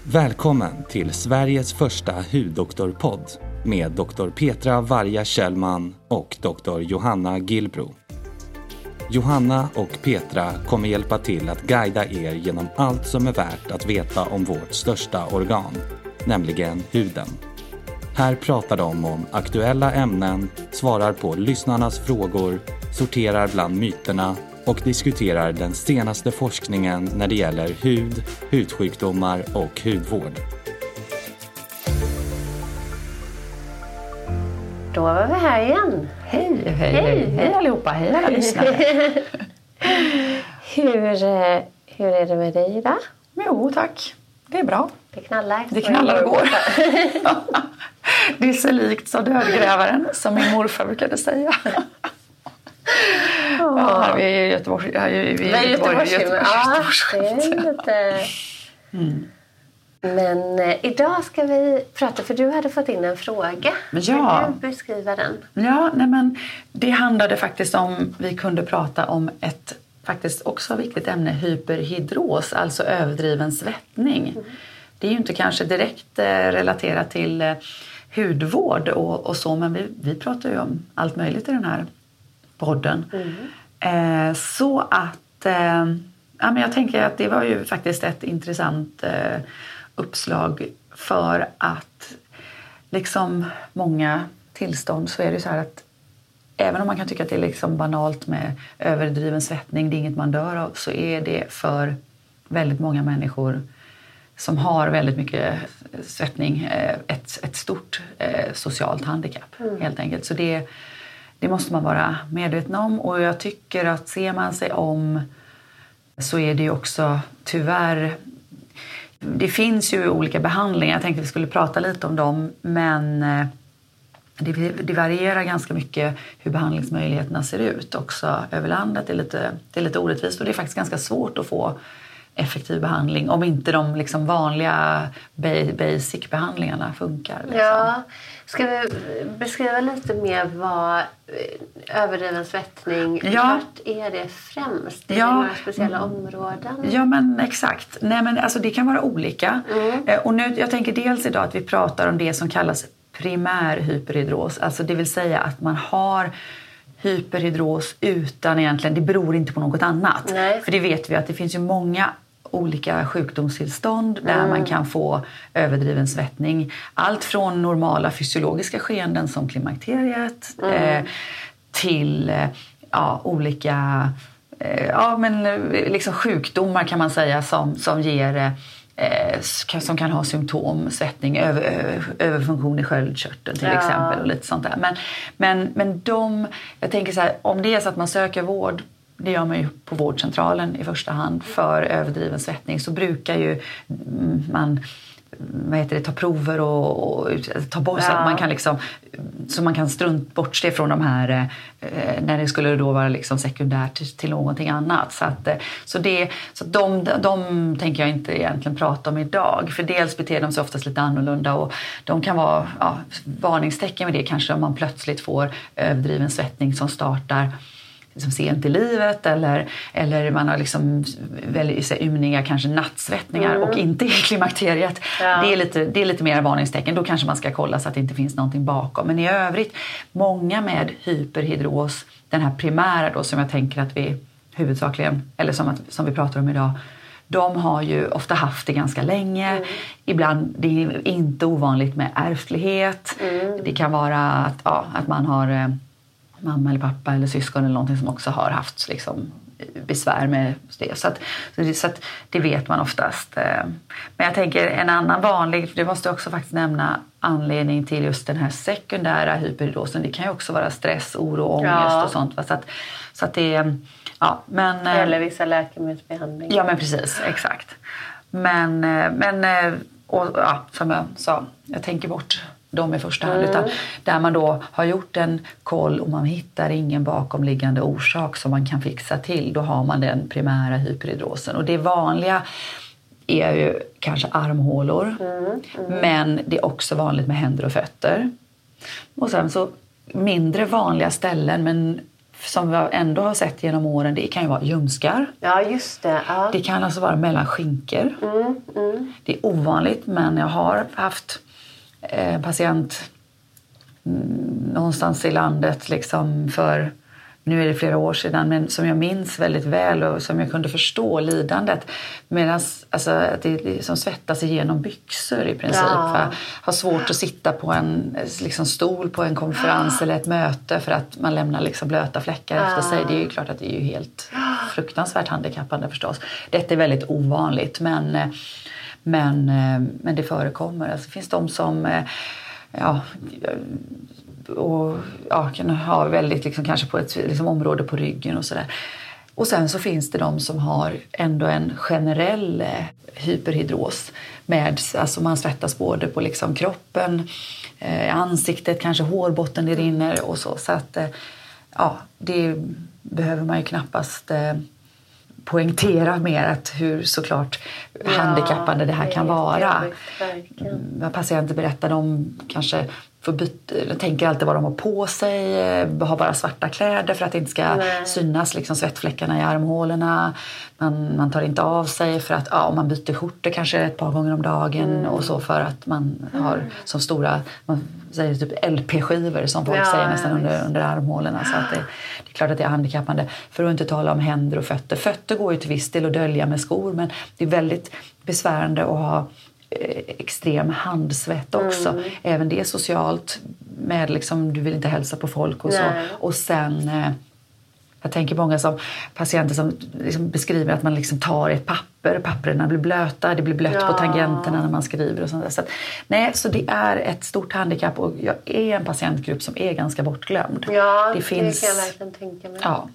Välkommen till Sveriges första huddoktorpodd med Dr. Petra Varga Kjellman och Dr. Johanna Gillbro. Johanna och Petra kommer hjälpa till att guida er genom allt som är värt att veta om vårt största organ, nämligen huden. Här pratar de om aktuella ämnen, svarar på lyssnarnas frågor, sorterar bland myterna och diskuterar den senaste forskningen när det gäller hud, hudsjukdomar och hudvård. Då var vi här igen. Hej allihopa, hej alla lyssnare. Hur är det med dig idag? Jo tack, det är bra. Det knallar. Det knallar och går. Det är så likt som dödgrävaren, som min morfar brukade säga. Ja, här vi är i Göteborg. Ja, det är lite... Men idag ska vi prata, för du hade fått in en fråga. Ja. Kan du beskriva den? Ja, nej men det handlade faktiskt om, vi kunde prata om ett faktiskt också viktigt ämne, hyperhidros, alltså överdriven svettning. Det är ju inte kanske direkt relaterat till hudvård och så, men vi pratar ju om allt möjligt i den här podden. Så att ja, men jag tänker att det var ju faktiskt ett intressant uppslag, för att liksom många tillstånd så är det så här att även om man kan tycka att det är liksom banalt med överdriven svettning, det är inget man dör av, så är det för väldigt många människor som har väldigt mycket svettning ett stort socialt handikapp helt enkelt. Så det måste man vara medveten om, och jag tycker att ser man sig om så är det ju också tyvärr, det finns ju olika behandlingar, jag tänkte vi skulle prata lite om dem, men det varierar ganska mycket hur behandlingsmöjligheterna ser ut också över landet. Det är lite orättvist, och det är faktiskt ganska svårt att få effektiv behandling om inte de liksom vanliga basic-behandlingarna funkar. Liksom. Ja, ska vi beskriva lite mer vad överdriven svettning, vart är det främst? Är det några speciella områden? Ja, men exakt. Nej, men alltså det kan vara olika. Och nu, jag tänker dels idag att vi pratar om det som kallas primär hyperhidros. Alltså det vill säga att man har hyperhidros utan egentligen, det beror inte på något annat. Nej. För det vet vi att det finns ju många olika sjukdomstillstånd där man kan få överdriven svettning. Allt från normala fysiologiska skeenden som klimakteriet till olika liksom sjukdomar kan man säga som ger som kan ha symptom, svettning, överfunktion i sköldkörteln till exempel och lite sånt där. Men jag tänker så här, om det är så att man söker vård, det gör man ju på vårdcentralen i första hand för överdriven svettning, så brukar ju man ta prover och ta bort så att man kan liksom, så man kan bortse från de här när det skulle då vara liksom sekundärt till någonting annat, så de tänker jag inte egentligen prata om idag, för dels beter de sig oftast lite annorlunda, och de kan vara varningstecken med det kanske om man plötsligt får överdriven svettning som startar liksom sent i livet, eller man har liksom väldigt ymniga kanske nattsvettningar och inte i klimakteriet. Ja. Det är lite mer varningstecken. Då kanske man ska kolla så att det inte finns någonting bakom. Men i övrigt, många med hyperhidros, den här primära då som jag tänker att vi huvudsakligen, eller som vi pratar om idag, de har ju ofta haft det ganska länge. Ibland, det är inte ovanligt med ärftlighet. Det kan vara att man har mamma eller pappa eller syskon eller någonting som också har haft liksom besvär med det. Så att det vet man oftast. Men jag tänker en annan vanlig, det måste jag också faktiskt nämna, anledning till just den här sekundära hyperhidrosen. Det kan ju också vara stress, oro, ångest och sånt. Så att det är, men eller vissa läkemedelsbehandlingar. Ja, men precis, exakt. Men som jag sa, jag tänker bort de i första hand, utan där man då har gjort en koll och man hittar ingen bakomliggande orsak som man kan fixa till, då har man den primära hyperhidrosen. Och det vanliga är ju kanske armhålor, men det är också vanligt med händer och fötter. Och sen så mindre vanliga ställen, men som jag ändå har sett genom åren, det kan ju vara ljumskar. Ja, just det. Ja. Det kan alltså vara mellan skinkor. Det är ovanligt, men jag har haft en patient någonstans i landet liksom för, nu är det flera år sedan, men som jag minns väldigt väl och som jag kunde förstå lidandet. Medan alltså, att det liksom svettas igenom byxor i princip. Ja. Har svårt att sitta på en liksom, stol på en konferens eller ett möte för att man lämnar liksom, blöta fläckar efter sig. Det är ju klart att det är ju helt fruktansvärt handikappande förstås. Detta är väldigt ovanligt, men det förekommer. Alltså, det finns de som kan ha väldigt liksom, kanske på ett liksom, område på ryggen och sådär. Och sen så finns det de som har ändå en generell hyperhidros med, alltså man svettas både på liksom, kroppen, ansiktet, kanske hårbotten det rinner och så. Så att det behöver man ju knappast poängtera mer att hur såklart handikappande det här kan vara. Vad patienter berättar om kanske tänker alltid vad de har på sig, har bara svarta kläder för att det inte ska synas liksom, svettfläckarna i armhålorna. Man tar inte av sig för att om man byter skjortor kanske ett par gånger om dagen och så, för att man har som stora, man säger typ LP-skivor som folk säger nästan under armhålorna, så att det är klart att det är handikappande. För att inte tala om händer och fötter. Fötter går ju till viss del att dölja med skor, men det är väldigt besvärande att ha extrem handsvett också. Även det är socialt med liksom, du vill inte hälsa på folk och så. Och sen jag tänker många som patienter som liksom beskriver att man liksom tar ett papper, papperna blir blöta, det blir blött på tangenterna när man skriver och sånt där. Så det är ett stort handikapp, och jag är en patientgrupp som är ganska bortglömd. Ja, det kan jag verkligen tänka mig. Ja,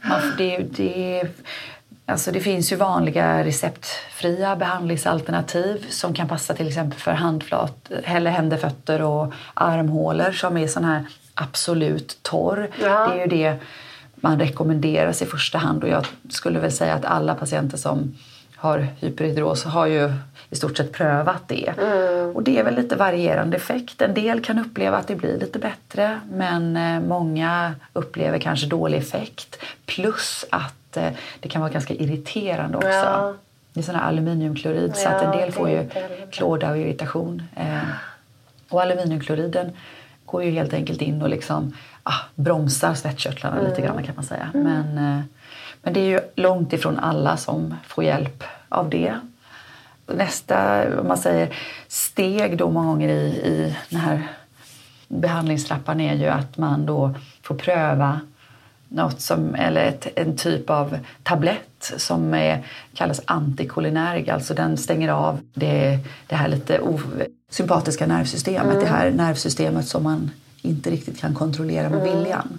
alltså det finns ju vanliga receptfria behandlingsalternativ som kan passa till exempel för handflat, eller händer, fötter och armhålor som är sån här absolut torr. Ja. Det är ju det man rekommenderas i första hand, och jag skulle väl säga att alla patienter som har hyperhidros har ju i stort sett prövat det. Och det är väl lite varierande effekt. En del kan uppleva att det blir lite bättre, men många upplever kanske dålig effekt. Plus att det kan vara ganska irriterande också. Ja. Det är sån här aluminiumklorid, så att en del får ju klåda och irritation. Och aluminiumkloriden går ju helt enkelt in och liksom bromsar svettkörtlarna lite grann, kan man säga. Men det är ju långt ifrån alla som får hjälp av det. Nästa, om man säger, steg då många gånger i den här behandlingstrappan är ju att man då får pröva något som, eller en typ av tablett som kallas antikolinerg. Alltså den stänger av det här lite sympatiska nervsystemet. Det här nervsystemet som man inte riktigt kan kontrollera med viljan.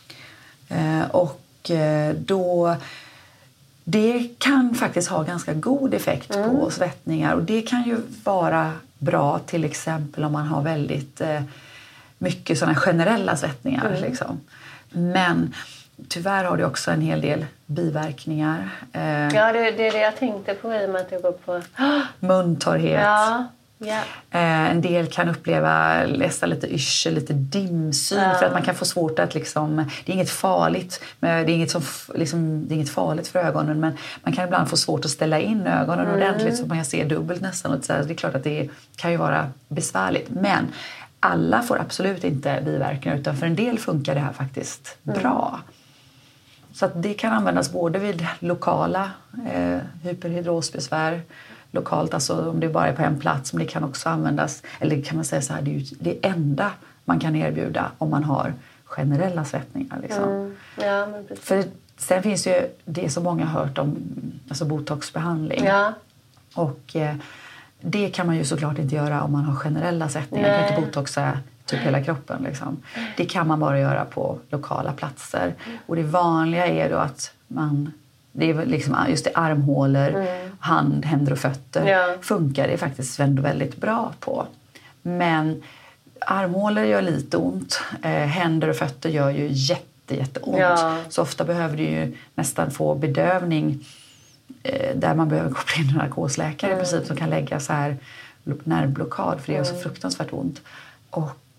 Och då, det kan faktiskt ha ganska god effekt på svettningar. Och det kan ju vara bra till exempel om man har väldigt mycket sådana generella svettningar. Liksom. Men tyvärr har det också en hel del biverkningar. Ja, det är det jag tänkte på i och med att jag går på muntorrhet. Ja. En del kan uppleva nästan lite yrsel, lite dimsyn, för att man kan få svårt att liksom, det är inget farligt, det är inget farligt för ögonen, men man kan ibland få svårt att ställa in ögonen ordentligt så man kan se dubbelt nästan, och så det är klart att det kan ju vara besvärligt, men alla får absolut inte biverkningar, utan för en del funkar det här faktiskt bra. Så att det kan användas både vid lokala hyperhidrosbesvär lokalt, alltså om det bara är på en plats, men det kan också användas, eller kan man säga så här, det är ju det enda man kan erbjuda om man har generella svettningar. Liksom. Ja, men precis. För sen finns ju det som många har hört om, alltså botoxbehandling. Ja. Och det kan man ju såklart inte göra om man har generella svettningar. Man kan inte botoxa typ hela kroppen. Liksom. Det kan man bara göra på lokala platser. Och det vanliga är då att det är liksom just det, armhålor, händer och fötter funkar det faktiskt väldigt bra på. Men armhålor gör lite ont. Händer och fötter gör ju jätteont. Ja. Så ofta behöver du ju nästan få bedövning där man behöver koppla in en narkosläkare i princip som kan lägga så här nervblockad, för det gör så fruktansvärt ont. Och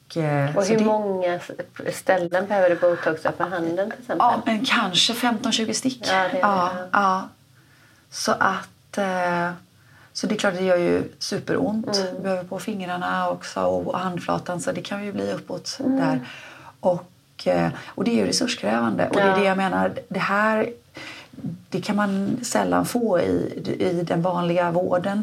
hur många ställen behöver du botoxa på handen till exempel? Ja, men kanske 15-20 stick. Ja. Så att... Så det är klart det gör ju superont. Vi behöver på fingrarna också och handflatan, så det kan ju bli uppåt där. Och det är ju resurskrävande. Och det är det jag menar, det kan man sällan få i den vanliga vården.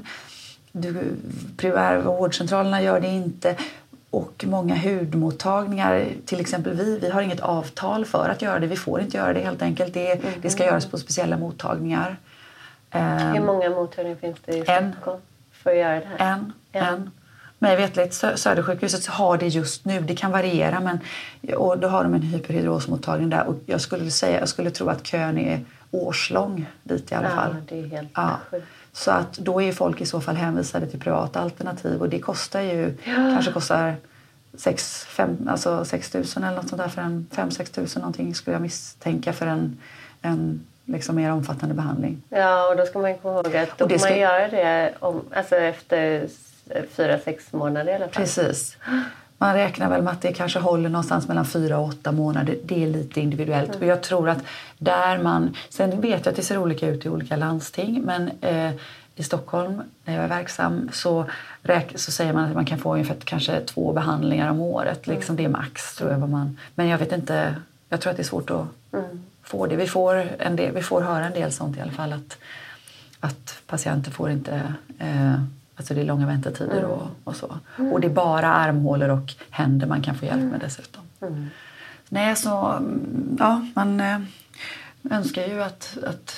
Primärvårdcentralerna gör det inte. Och många hudmottagningar, till exempel vi har inget avtal för att göra det. Vi får inte göra det helt enkelt. Det ska göras på speciella mottagningar. Hur många mottagningar finns det i Stockholm för att göra det här? En. Men jag vet lite, Södersjukhuset har det just nu. Det kan variera, och då har de en hyperhidrosmottagning där. Och jag skulle tro att kön är årslång dit i alla fall. Det är helt sjukt. Så att då är folk i så fall hänvisade till privata alternativ. Och det kostar ju, kanske kostar 6 000 eller något sånt där för 5-6 000 någonting skulle jag misstänka för en liksom mer omfattande behandling. Ja, och då ska man komma ihåg att då man gör det efter 4-6 månader i alla fall. Precis. Man räknar väl med att det kanske håller någonstans mellan 4 och 8 månader. Det är lite individuellt. Och jag tror att sen vet jag att det ser olika ut i olika landsting. Men i Stockholm, när jag är verksam, så säger man att man kan få ungefär kanske 2 behandlingar om året. Liksom det är max, tror jag. Men jag vet inte, jag tror att det är svårt att få det. Vi får höra en del sånt i alla fall. Att patienter får inte... Alltså det är långa väntetider och så. Och det är bara armhålor och händer man kan få hjälp med dessutom. Nej, så man önskar ju att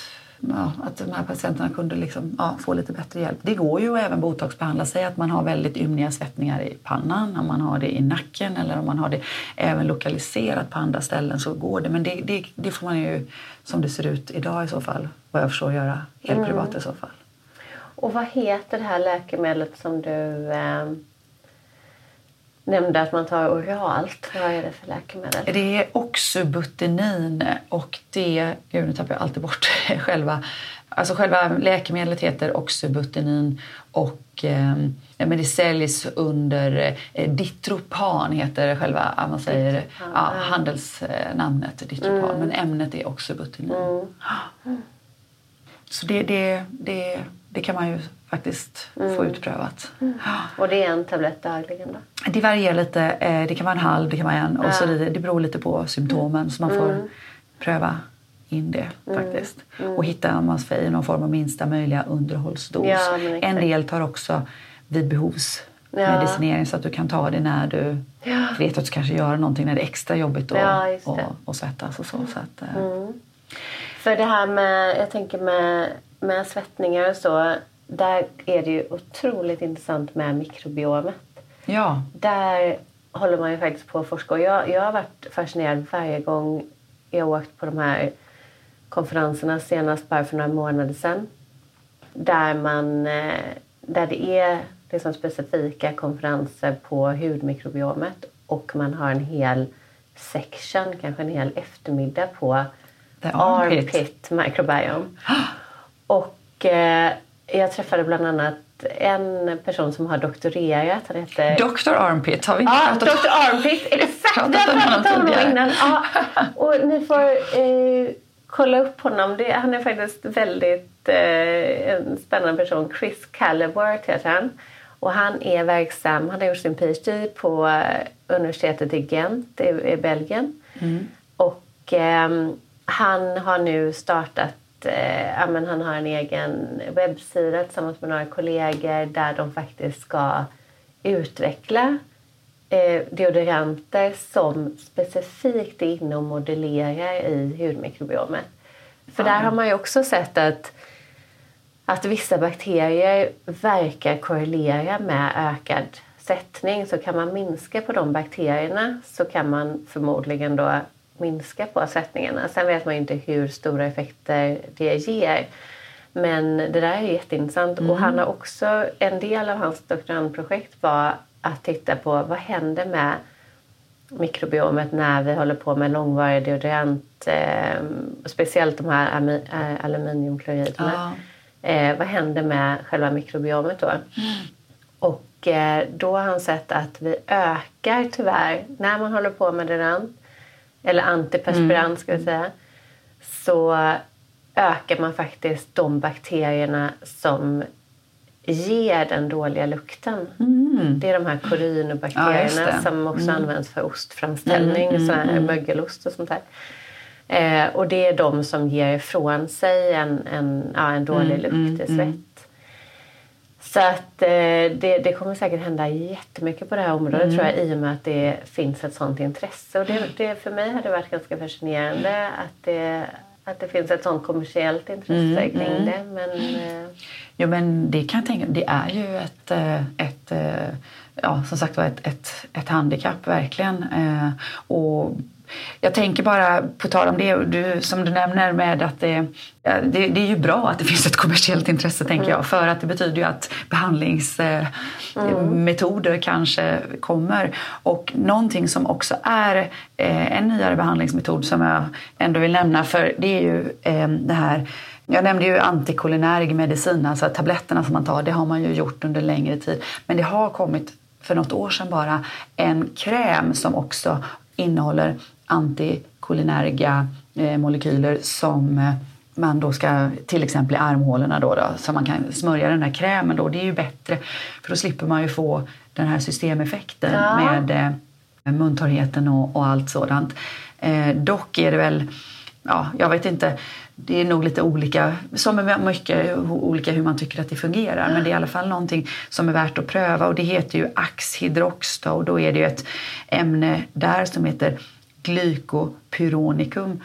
de här patienterna kunde liksom, få lite bättre hjälp. Det går ju även botoxbehandla sig att man har väldigt ymniga svettningar i pannan, om man har det i nacken eller om man har det även lokaliserat på andra ställen, så går det. Men det får man ju, som det ser ut idag i så fall, vad jag förstår, göra helt privat i så fall. Och vad heter det här läkemedlet som du nämnde att man tar oralt? Vad är det för läkemedel? Det är oxybutinin och nu tappar jag alltid bort själva läkemedlet heter oxybutinin och men det säljs under Ditropan heter själva, man säger handelsnamnet Ditropan, men ämnet är oxybutinin. Så det kan man ju faktiskt få utprövat. Och det är en tablett dagligen då? Det varierar lite. Det kan vara en halv, det kan vara en. Och så det beror lite på symptomen. Så man får pröva in det faktiskt. Och hitta om man i någon form av minsta möjliga underhållsdos. Ja, en del tar också vid behovsmedicinering så att du kan ta det när du vet att du kanske gör någonting när det är extra jobbigt och svettas och så. Så att, För det här med, jag tänker med svettningar och så, där är det ju otroligt intressant med mikrobiomet. Ja. Där håller man ju faktiskt på att forska. Och jag har varit fascinerad varje gång jag har åkt på de här konferenserna, senast bara för några månader sedan. Där det är liksom specifika konferenser på hudmikrobiomet och man har en hel section, kanske en hel eftermiddag på armpit microbiome. Och jag träffade bland annat en person som har doktorerat. Han heter Dr. Armpit, har vi inte pratat om? Dr. Armpit, exakt. Det har pratat om honom innan. Och ni får kolla upp honom. Han är faktiskt väldigt en spännande person. Chris Calleworth heter han. Och han är verksam, han har gjort sin PhD på universitetet i Gent i Belgien. Och han har nu startat, han har en egen webbsida tillsammans med några kollegor där de faktiskt ska utveckla deodoranter som specifikt är inne och modellerar i hudmikrobiomet. För där har man ju också sett att vissa bakterier verkar korrelera med ökad sättning. Så kan man minska på de bakterierna så kan man förmodligen då minska på sättningarna. Sen vet man ju inte hur stora effekter det ger. Men det där är jätteintressant. Och han har också, en del av hans doktorandprojekt var att titta på vad händer med mikrobiomet när vi håller på med långvarig deodorant. Speciellt de här aluminiumkloriderna. Vad händer med själva mikrobiomet då? Och då har han sett att vi ökar tyvärr, när man håller på med Derant, eller antiperspirant ska vi säga, så ökar man faktiskt de bakterierna som ger den dåliga lukten. Det är de här korinobakterierna som också används för ostframställning, sån här mögelost och sånt där. Och det är de som ger ifrån sig en dålig lukt i svett. Så att det kommer säkert hända jättemycket på det här området tror jag, i och med att det finns ett sånt intresse. Och det för mig har det varit ganska fascinerande att det finns ett sånt kommersiellt intresse kring det. Jo, men det kan jag tänka, det är ju som sagt ett handikapp verkligen. Och jag tänker bara på tal om det som du nämner med att det är ju bra att det finns ett kommersiellt intresse, tänker jag, för att det betyder ju att behandlingsmetoder kanske kommer. Och någonting som också är en nyare behandlingsmetod som jag ändå vill nämna, för det är ju det här. Jag nämnde ju antikolinärig medicin, alltså tabletterna som man tar, det har man ju gjort under längre tid. Men det har kommit för något år sedan bara en kräm som också innehåller antikolinäriga molekyler som man då ska, till exempel i armhålorna då, så man kan smörja den här krämen då. Det är ju bättre, för då slipper man ju få den här systemeffekten med muntorrheten och allt sådant. Dock är det väl, jag vet inte, det är nog lite olika, som är mycket olika hur man tycker att det fungerar. Men det är i alla fall någonting som är värt att pröva, och det heter ju Axhydrox då, och då är det ju ett ämne där som heter glykopyronicum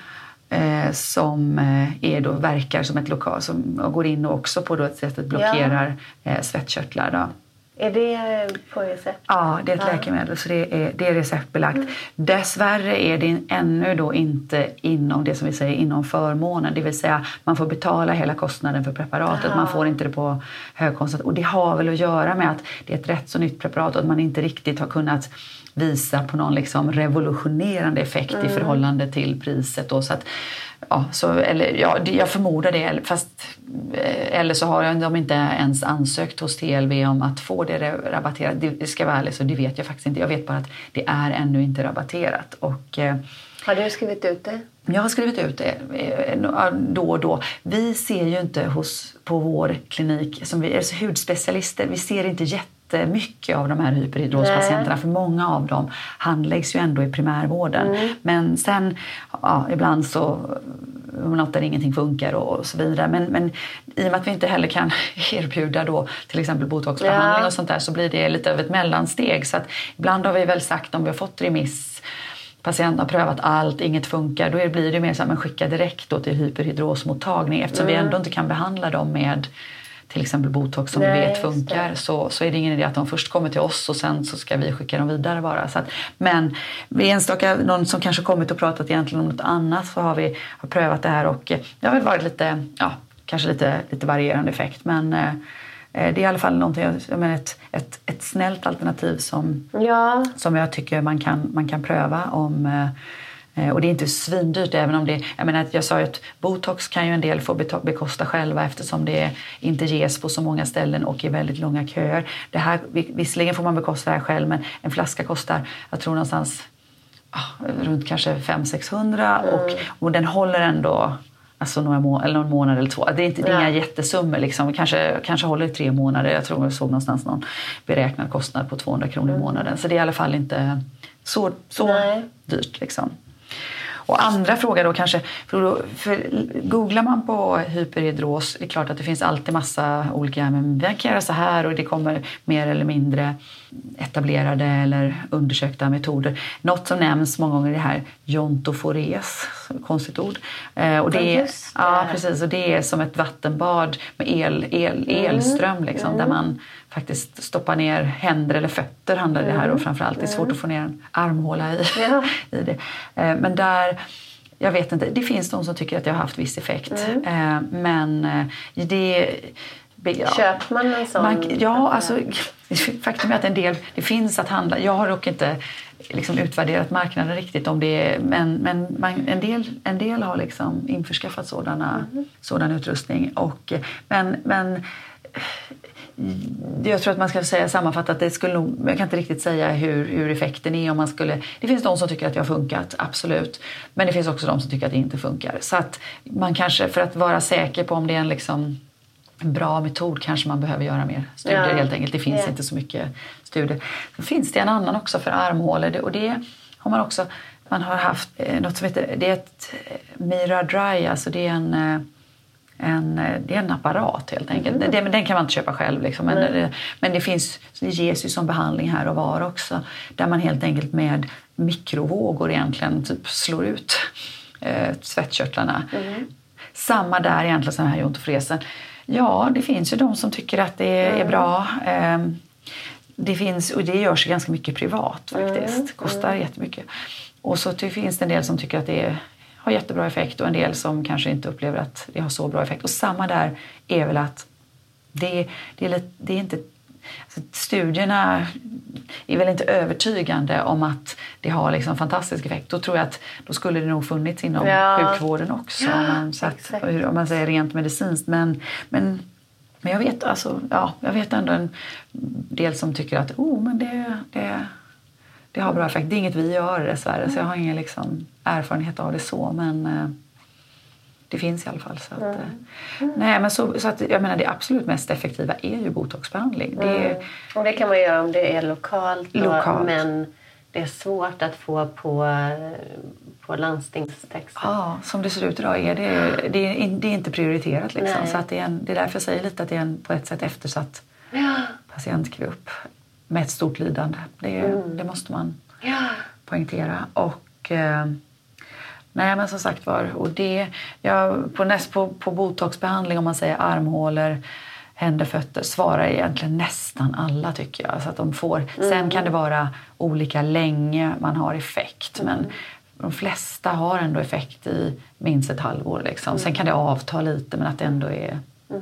som då verkar som ett lokal som går in och också på ett sätt blockerar svettkörtlar då. Är det på recept? Ja, det är ett läkemedel, så det är receptbelagt. Dessvärre är det ännu då inte inom det som vi säger inom förmånen. Det vill säga man får betala hela kostnaden för preparatet. Man får inte det på högkostnad. Och det har väl att göra med att det är ett rätt så nytt preparat och att man inte riktigt har kunnat visa på någon liksom revolutionerande effekt i förhållande till priset då, så att jag förmodar det, eller så har de inte ens ansökt hos TLV om att få det rabatterat. Det ska vara ärligt, så det vet jag faktiskt inte. Jag vet bara att det är ännu inte rabatterat. Och har du skrivit ut det? Jag har skrivit ut det då och då. Vi ser ju inte på vår klinik, som vi är hudspecialister, vi ser inte jättemycket av de här hyperhidrospatienterna, för många av dem handläggs ju ändå i primärvården. Men sen, ibland så när ingenting funkar och så vidare. Men i och med att vi inte heller kan erbjuda då till exempel botoxbehandling och sånt där, så blir det lite av ett mellansteg. Så att ibland har vi väl sagt, om vi har fått remiss, patienten har prövat allt, inget funkar, då blir det mer så att man skickar direkt då till hyperhidrosmottagning, eftersom vi ändå inte kan behandla dem med till exempel botox som vi vet funkar, så är det ingen idé att de först kommer till oss och sen så ska vi skicka dem vidare bara. Så att, men vid enstaka, någon som kanske kommit och pratat egentligen om något annat, så har vi prövat det här, och det har väl varit lite, kanske lite varierande effekt, men det är i alla fall någonting, ett snällt alternativ som jag tycker man kan pröva om. Och det är inte svindyrt, även om det, jag sa ju att botox kan ju en del få bekosta själva, eftersom det inte ges på så många ställen och i väldigt långa köer. Det här, visserligen får man bekosta det här själv, men en flaska kostar, jag tror någonstans runt kanske 500-600 och den håller ändå alltså någon månad eller två. Det är inte inga jättesummor liksom. Kanske håller 3 månader. Jag tror jag såg någonstans någon beräknad kostnad på 200 kronor i månaden. Så det är i alla fall inte så dyrt liksom. Och andra frågor då kanske, för googlar man på hyperhidros, det är klart att det finns alltid massa olika, men vi kan göra så här, och det kommer mer eller mindre etablerade eller undersökta metoder. Något som nämns många gånger är det här jontofores, konstigt ord. Och det är, precis, och det är som ett vattenbad med elström liksom, där man faktiskt stoppar ner händer eller fötter, handlar det här och framförallt. Det är svårt att få ner en armhåla i det. Men där, jag vet inte, det finns de som tycker att jag har haft viss effekt. Men det... Köper man en sån? Faktum är att en del, det finns att handla. Jag har dock inte liksom utvärderat marknaden riktigt om det, men en del har liksom införskaffat sådan utrustning. Och men jag tror att man ska säga sammanfattat att det skulle nog, jag kan inte riktigt säga hur effekten är om man skulle. Det finns de som tycker att det har funkat, absolut. Men det finns också de som tycker att det inte funkar. Så att man kanske, för att vara säker på om det är en liksom bra metod, kanske man behöver göra mer studier helt enkelt. Det finns inte så mycket studier. Sen finns det en annan också för armhålor, och det har man också. Man har haft något som heter, det är ett Mira-Dry, alltså det är en apparat helt enkelt. Den kan man inte köpa själv liksom. Men det ges ju som behandling här och var också, där man helt enkelt med mikrovågor egentligen typ slår ut svettkörtlarna. Samma där egentligen som här i ontofresen. Ja, det finns ju de som tycker att det är bra. Det finns, och det görs ganska mycket privat faktiskt. Kostar jättemycket. Och så finns det en del som tycker att det har jättebra effekt och en del som kanske inte upplever att det har så bra effekt. Och samma där är väl att det är inte, alltså studierna är väl inte övertygande om att det har liksom fantastisk effekt. Då tror jag att då skulle det nog funnits inom sjukvården också. Om man säger rent medicinskt. Men jag vet jag vet ändå en del som tycker att det har bra effekt. Det är inget vi gör dessvärre, så jag har ingen liksom erfarenhet av det så, men det finns i alla fall. Så att, nej, men så att, jag menar, det absolut mest effektiva är ju botoxbehandling. Och det kan man göra om det är lokalt. Men det är svårt att få på landstingstext. Ja, som det ser ut idag är det är inte prioriterat liksom. Så att det är därför jag säger lite att det är en på ett sätt eftersatt patientgrupp med ett stort lidande. Det måste man poängtera. Och nej, men som sagt var, och det på botoxbehandling, om man säger armhålor, händer, fötter, svarar egentligen nästan alla, tycker jag. Så att de får. Sen kan det vara olika länge man har effekt, men de flesta har ändå effekt i minst ett halvår liksom. Sen kan det avta lite, men att det ändå är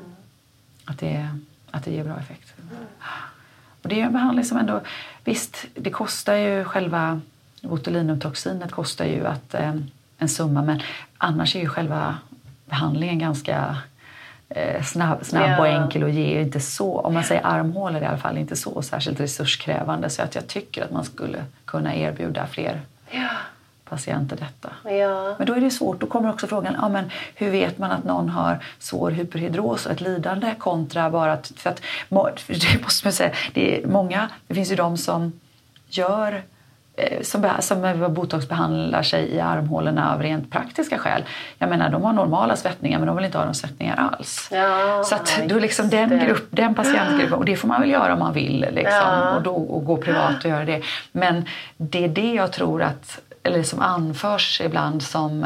att det ger bra effekt. Och det är en behandling som ändå, visst, det kostar ju, själva botulinumtoxinet kostar ju en summa, men annars är ju själva behandlingen ganska snabb och enkel och ger inte så, om man säger armhålor i alla fall, inte så särskilt resurskrävande, så att jag tycker att man skulle kunna erbjuda fler patienter detta. Men då är det svårt, då kommer också frågan, men hur vet man att någon har svår hyperhidros och ett lidande kontra bara för att det måste man säga, det finns ju de som gör som botoxbehandlar sig i armhålorna av rent praktiska skäl. Jag menar, de har normala svettningar, men de vill inte ha några svettningar alls. Så att då liksom den patientgruppen, och det får man väl göra om man vill liksom, och gå privat och göra det. Men det är det jag tror att, eller som anförs ibland som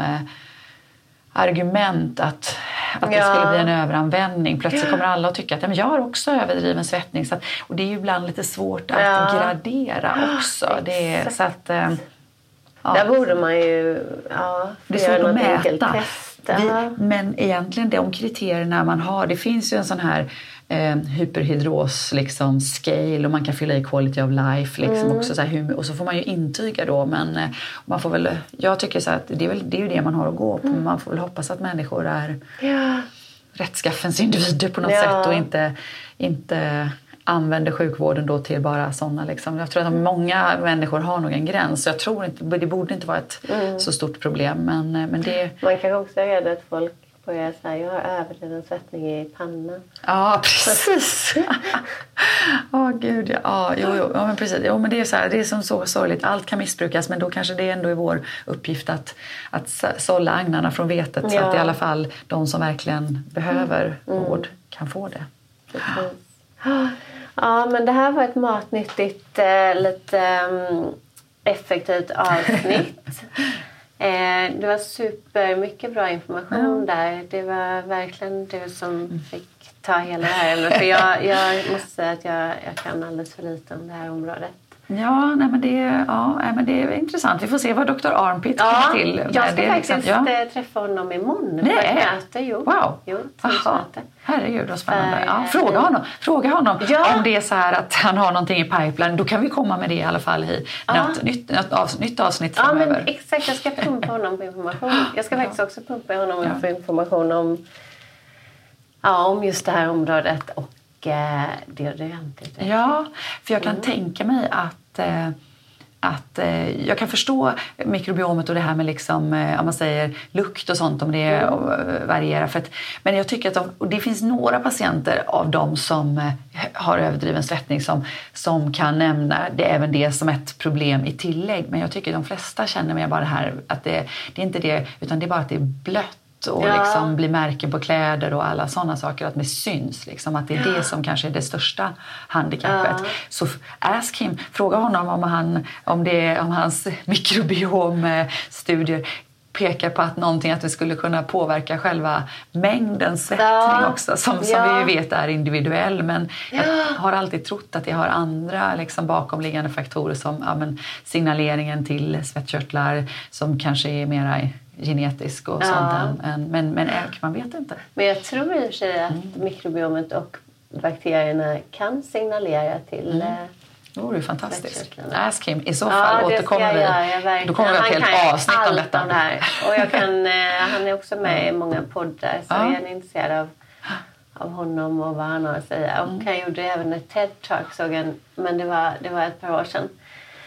argument att det skulle bli en överanvändning. Plötsligt kommer alla att tycka att jag har också överdriven svettning. Så att, och det är ju ibland lite svårt att gradera också. Det är, så att, där borde man ju det är svårt att mäta. Men egentligen de kriterierna man har, det finns ju en sån här hyperhidros liksom scale, och man kan fylla i quality of life liksom också så här, och så får man ju intyga då, men man får väl, jag tycker så att det är ju det man har att gå på, men man får väl hoppas att människor är rättskaffens individer på något sätt och inte använder sjukvården då till bara sådana liksom. Jag tror att många människor har nog en gräns, så jag tror inte, det borde inte vara ett så stort problem, men det... Man kan också ha rädd att folk börjar säga, jag har överdriven svettning i pannan. Ja, precis. Gud, ja, men precis. Jo, men det är så här, det är som så sorgligt. Allt kan missbrukas, men då kanske det ändå är vår uppgift att sålla agnarna från vetet, så att i alla fall de som verkligen behöver vård kan få det. Ja, men det här var ett matnyttigt, lite effektivt avsnitt. Det var supermycket bra information där. Det var verkligen du som fick ta hela det här ämnet. För jag måste säga att jag kan alldeles för lite om det här området. Ja, men det är intressant. Vi får se vad Dr. Armpit kommer till. Jag ska faktiskt träffa honom imorgon på ett möte. Wow. Herregud, vad spännande. Ja, fråga honom om det är så här att han har någonting i pipeline. Då kan vi komma med det i alla fall i något nytt avsnitt framöver. Men exakt, jag ska pumpa honom på information. Jag ska faktiskt också pumpa honom på information om just det här området och deodorantutveckling. Ja, för jag kan tänka mig att jag kan förstå mikrobiomet och det här med liksom, om man säger lukt och sånt, om det varierar. Men jag tycker att det finns några patienter av dem som har överdriven svettning som kan nämna även det som ett problem i tillägg. Men jag tycker de flesta känner mer bara det här att det är inte det, utan det är bara att det är blött. Och liksom blir märken på kläder och alla sådana saker, att det syns liksom, att det är det som kanske är det största handikappet. Så ask him, fråga honom om hans mikrobiomstudier pekar på att någonting, att det skulle kunna påverka själva mängden svettning också, som vi vet är individuell, men jag har alltid trott att det har andra liksom bakomliggande faktorer som signaleringen till svettkörtlar som kanske är mera genetisk och sånt, men man vet inte. Men jag tror i och för sig att mikrobiomet och bakterierna kan signalera till det vore ju fantastiskt. Ask him. I så fall återkommer vi. Då kommer vi ha ett helt avsnitt om detta. Och han är också med i många poddar, så jag är intresserad av honom och vad han har att säga. Och han gjorde även ett TED-talk, men det var ett par år sedan.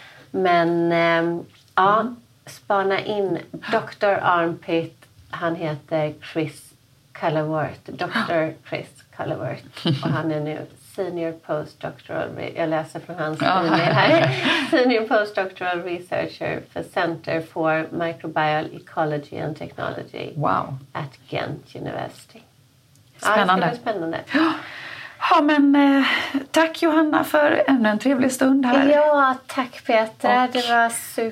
Men spana in Dr. Armpit. Han heter Chris Colliworth. Dr. Chris Colliworth. Och han är nu Senior Postdoctoral, jag läser från hans e-mail här. Senior Postdoctoral Researcher för Center for Microbial Ecology and Technology at Ghent University. Spännande. Det ska bli spännande. Ja, men tack Johanna för ännu en trevlig stund här. Ja, tack Petra. Det var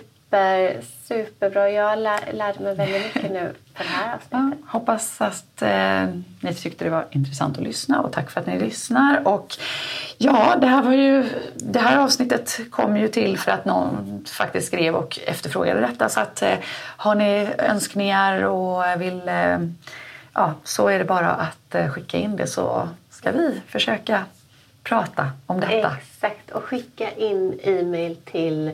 superbra. Jag lärde mig väldigt mycket nu på det här avsnittet. Hoppas att ni tyckte det var intressant att lyssna, och tack för att ni lyssnar. Och det här avsnittet kom ju till för att någon faktiskt skrev och efterfrågade detta, så att har ni önskningar och vill så är det bara att skicka in det, så ska vi försöka prata om detta. Exakt, och skicka in e-mail till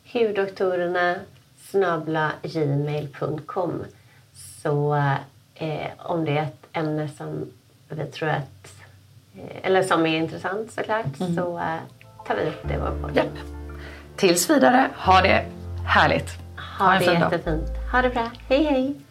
hudoktorerna@gmail.com. Så om det är ett ämne som vi tror eller som är intressant såklart, så tar vi upp det i vår podd. Japp. Tills vidare, ha det härligt. Ha det jättefint. Ha det bra. Hej hej.